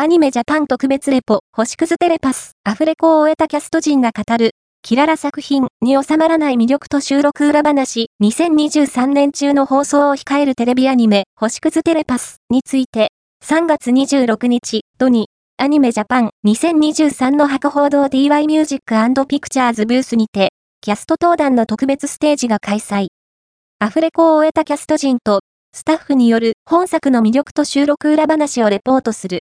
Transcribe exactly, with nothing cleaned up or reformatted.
アニメジャパン特別レポ、星屑テレパス、アフレコを終えたキャスト陣が語る、キララ作品に収まらない魅力と収録裏話、にせんにじゅうさんねん中の放送を控えるテレビアニメ、星屑テレパスについて、さんがつにじゅうろくにち、土に、アニメジャパンにせんにじゅうさんの博報堂 ディーワイ ミュージック&ピクチャーズブースにて、キャスト登壇の特別ステージが開催。アフレコを終えたキャスト陣と、スタッフによる本作の魅力と収録裏話をレポートする。